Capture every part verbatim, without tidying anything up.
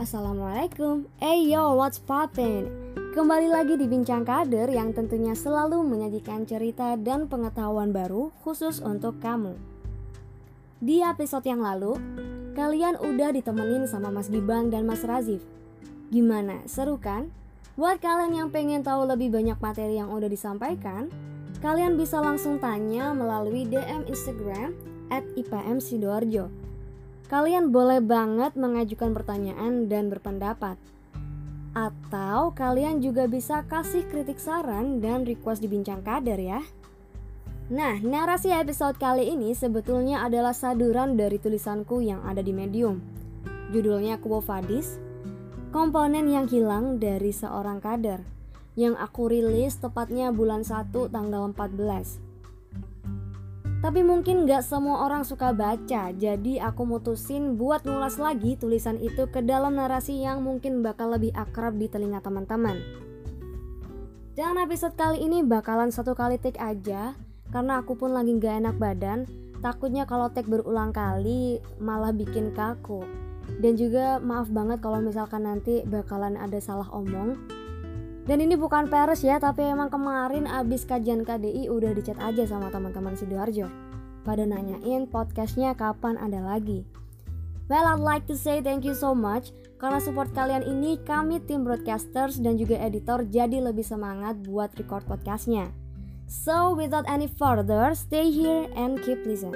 Assalamualaikum. Hey yo, what's poppin'? Kembali lagi di Bincang Kader yang tentunya selalu menyajikan cerita dan pengetahuan baru khusus untuk kamu. Di episode yang lalu, kalian udah ditemenin sama Mas Gibang dan Mas Razif. Gimana, seru kan? Buat kalian yang pengen tahu lebih banyak materi yang udah disampaikan, kalian bisa langsung tanya melalui D M Instagram at I P M Sidoarjo. Kalian boleh banget mengajukan pertanyaan dan berpendapat. Atau kalian juga bisa kasih kritik saran dan request di Bincang Kader ya. Nah, narasi episode kali ini sebetulnya adalah saduran dari tulisanku yang ada di Medium. Judulnya Quo Vadis, komponen yang hilang dari seorang kader, yang aku rilis tepatnya bulan satu tanggal empat belas. Tapi mungkin gak semua orang suka baca, jadi aku mutusin buat ngulas lagi tulisan itu ke dalam narasi yang mungkin bakal lebih akrab di telinga teman-teman. Dan episode kali ini bakalan satu kali take aja, karena aku pun lagi gak enak badan. Takutnya kalau take berulang kali malah bikin kaku. Dan juga maaf banget kalau misalkan nanti bakalan ada salah omong. Dan ini bukan peres ya, tapi emang kemarin abis kajian K D I udah dicat aja sama teman-teman Sidoarjo. Pada nanyain podcastnya kapan ada lagi. Well, I'd like to say thank you so much. Karena support kalian ini, kami tim broadcasters dan juga editor jadi lebih semangat buat record podcastnya. So, without any further, stay here and keep listen.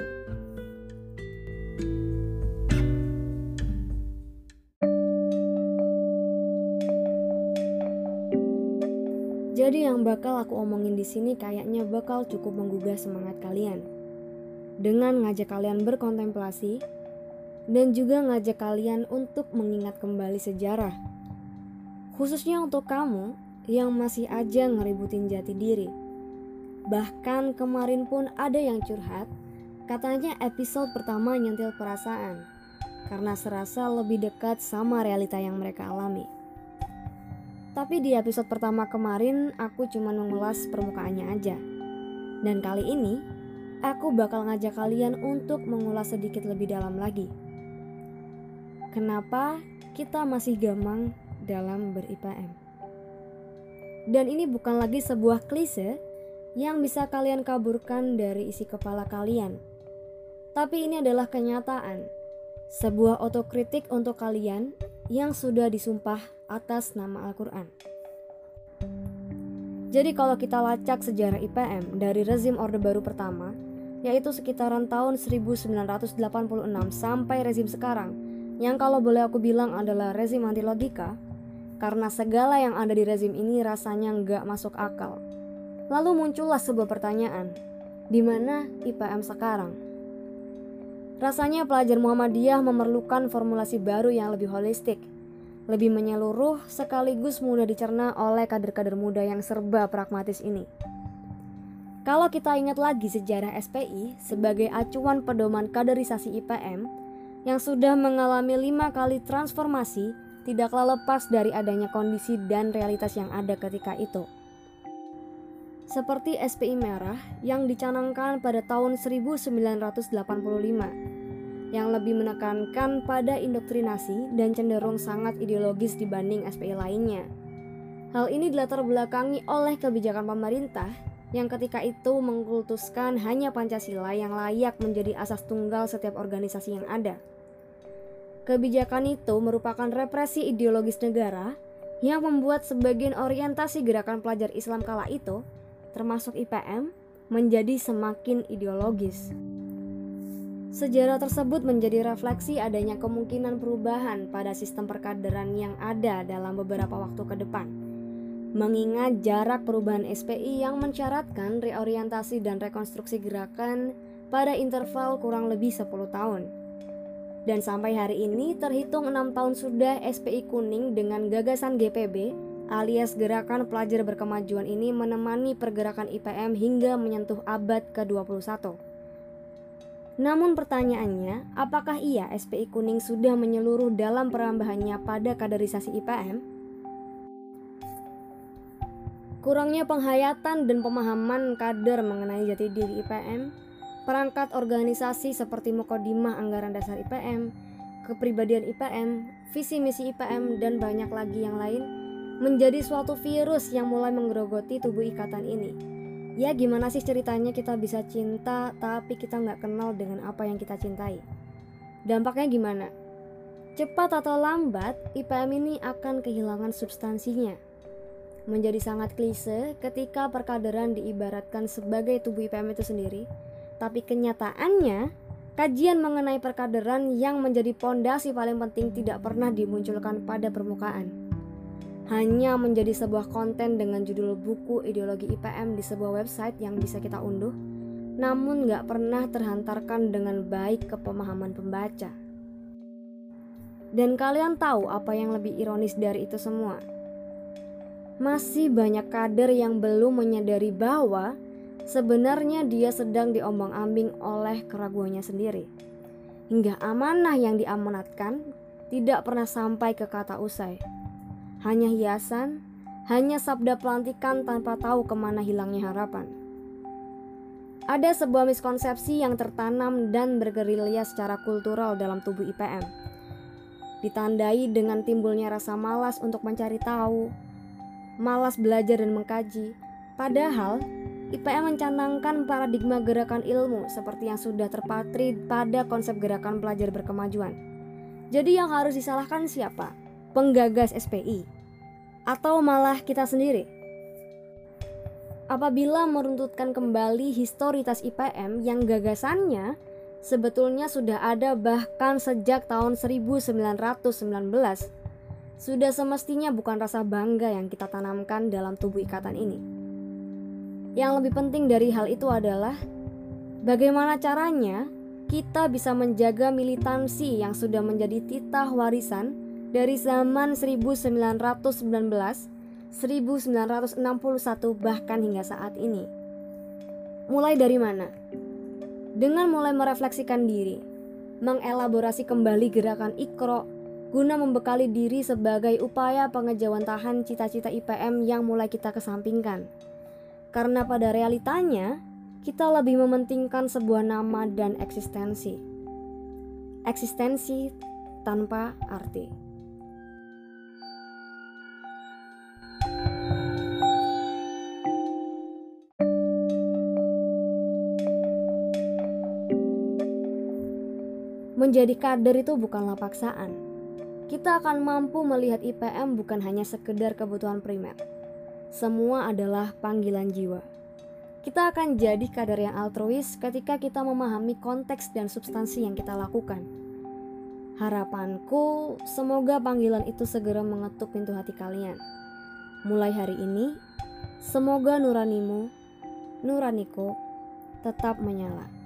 Jadi yang bakal aku omongin di sini kayaknya bakal cukup menggugah semangat kalian. Dengan ngajak kalian berkontemplasi dan juga ngajak kalian untuk mengingat kembali sejarah. Khususnya untuk kamu yang masih aja ngeributin jati diri. Bahkan kemarin pun ada yang curhat, katanya episode pertama nyentil perasaan karena serasa lebih dekat sama realita yang mereka alami. Tapi di episode pertama kemarin aku cuma mengulas permukaannya aja. Dan kali ini aku bakal ngajak kalian untuk mengulas sedikit lebih dalam lagi. Kenapa kita masih gamang dalam ber-I P M? Dan ini bukan lagi sebuah klise yang bisa kalian kaburkan dari isi kepala kalian. Tapi ini adalah kenyataan. Sebuah otokritik untuk kalian yang sudah disumpah atas nama Al-Quran. Jadi kalau kita lacak sejarah I P M dari rezim Orde Baru pertama, yaitu sekitaran tahun seribu sembilan ratus delapan puluh enam sampai rezim sekarang, yang kalau boleh aku bilang adalah rezim anti logika, karena segala yang ada di rezim ini rasanya nggak masuk akal. Lalu muncullah sebuah pertanyaan, di mana I P M sekarang? Rasanya pelajar Muhammadiyah memerlukan formulasi baru yang lebih holistik, lebih menyeluruh sekaligus mudah dicerna oleh kader-kader muda yang serba pragmatis ini. Kalau kita ingat lagi sejarah S P I sebagai acuan pedoman kaderisasi I P M yang sudah mengalami lima kali transformasi, tidaklah lepas dari adanya kondisi dan realitas yang ada ketika itu. Seperti S P I Merah yang dicanangkan pada tahun seribu sembilan ratus delapan puluh lima, yang lebih menekankan pada indoktrinasi dan cenderung sangat ideologis dibanding S P I lainnya. Hal ini dilatar belakangi oleh kebijakan pemerintah yang ketika itu mengkultuskan hanya Pancasila yang layak menjadi asas tunggal setiap organisasi yang ada. Kebijakan itu merupakan represi ideologis negara yang membuat sebagian orientasi gerakan pelajar Islam kala itu, termasuk I P M, menjadi semakin ideologis. Sejarah tersebut menjadi refleksi adanya kemungkinan perubahan pada sistem perkaderan yang ada dalam beberapa waktu ke depan. Mengingat jarak perubahan S P I yang mensyaratkan reorientasi dan rekonstruksi gerakan pada interval kurang lebih sepuluh tahun. Dan sampai hari ini terhitung enam tahun sudah S P I kuning dengan gagasan G P B alias Gerakan Pelajar Berkemajuan ini menemani pergerakan I P M hingga menyentuh abad ke dua puluh satu. Namun pertanyaannya, apakah iya S P I kuning sudah menyeluruh dalam perambahannya pada kaderisasi I P M? Kurangnya penghayatan dan pemahaman kader mengenai jati diri I P M, perangkat organisasi seperti Mukodimah Anggaran Dasar I P M, kepribadian I P M, visi misi I P M, dan banyak lagi yang lain menjadi suatu virus yang mulai menggerogoti tubuh ikatan ini. Ya gimana sih ceritanya kita bisa cinta tapi kita nggak kenal dengan apa yang kita cintai? Dampaknya gimana? Cepat atau lambat I P M ini akan kehilangan substansinya. Menjadi sangat klise ketika perkaderan diibaratkan sebagai tubuh I P M itu sendiri, tapi kenyataannya kajian mengenai perkaderan yang menjadi pondasi paling penting tidak pernah dimunculkan pada permukaan. Hanya menjadi sebuah konten dengan judul buku ideologi I P M di sebuah website yang bisa kita unduh, namun gak pernah terhantarkan dengan baik ke pemahaman pembaca. Dan kalian tahu apa yang lebih ironis dari itu semua? Masih banyak kader yang belum menyadari bahwa sebenarnya dia sedang diombang-ambing oleh keraguannya sendiri. Hingga amanah yang diamanatkan tidak pernah sampai ke kata usai. Hanya hiasan, hanya sabda pelantikan tanpa tahu kemana hilangnya harapan. Ada sebuah miskonsepsi yang tertanam dan bergerilya secara kultural dalam tubuh I P M. Ditandai dengan timbulnya rasa malas untuk mencari tahu, malas belajar dan mengkaji. Padahal I P M mencanangkan paradigma gerakan ilmu seperti yang sudah terpatri pada konsep gerakan pelajar berkemajuan. Jadi yang harus disalahkan siapa? Penggagas S P I? Atau malah kita sendiri? Apabila meruntutkan kembali historitas I P M yang gagasannya sebetulnya sudah ada bahkan sejak tahun seribu sembilan ratus sembilan belas, sudah semestinya bukan rasa bangga yang kita tanamkan dalam tubuh ikatan ini. Yang lebih penting dari hal itu adalah bagaimana caranya kita bisa menjaga militansi yang sudah menjadi titah warisan dari zaman seribu sembilan ratus sembilan belas, seribu sembilan ratus enam puluh satu bahkan hingga saat ini. Mulai dari mana? Dengan mulai merefleksikan diri, mengelaborasi kembali gerakan Iqra guna membekali diri sebagai upaya pengejawantahan cita-cita I P M yang mulai kita kesampingkan. Karena pada realitanya, kita lebih mementingkan sebuah nama dan eksistensi. Eksistensi tanpa arti. Menjadi kader itu bukanlah paksaan. Kita akan mampu melihat I P M bukan hanya sekedar kebutuhan primer. Semua adalah panggilan jiwa. Kita akan jadi kader yang altruis ketika kita memahami konteks dan substansi yang kita lakukan. Harapanku, semoga panggilan itu segera mengetuk pintu hati kalian. Mulai hari ini, semoga nuranimu, nuraniku, tetap menyala.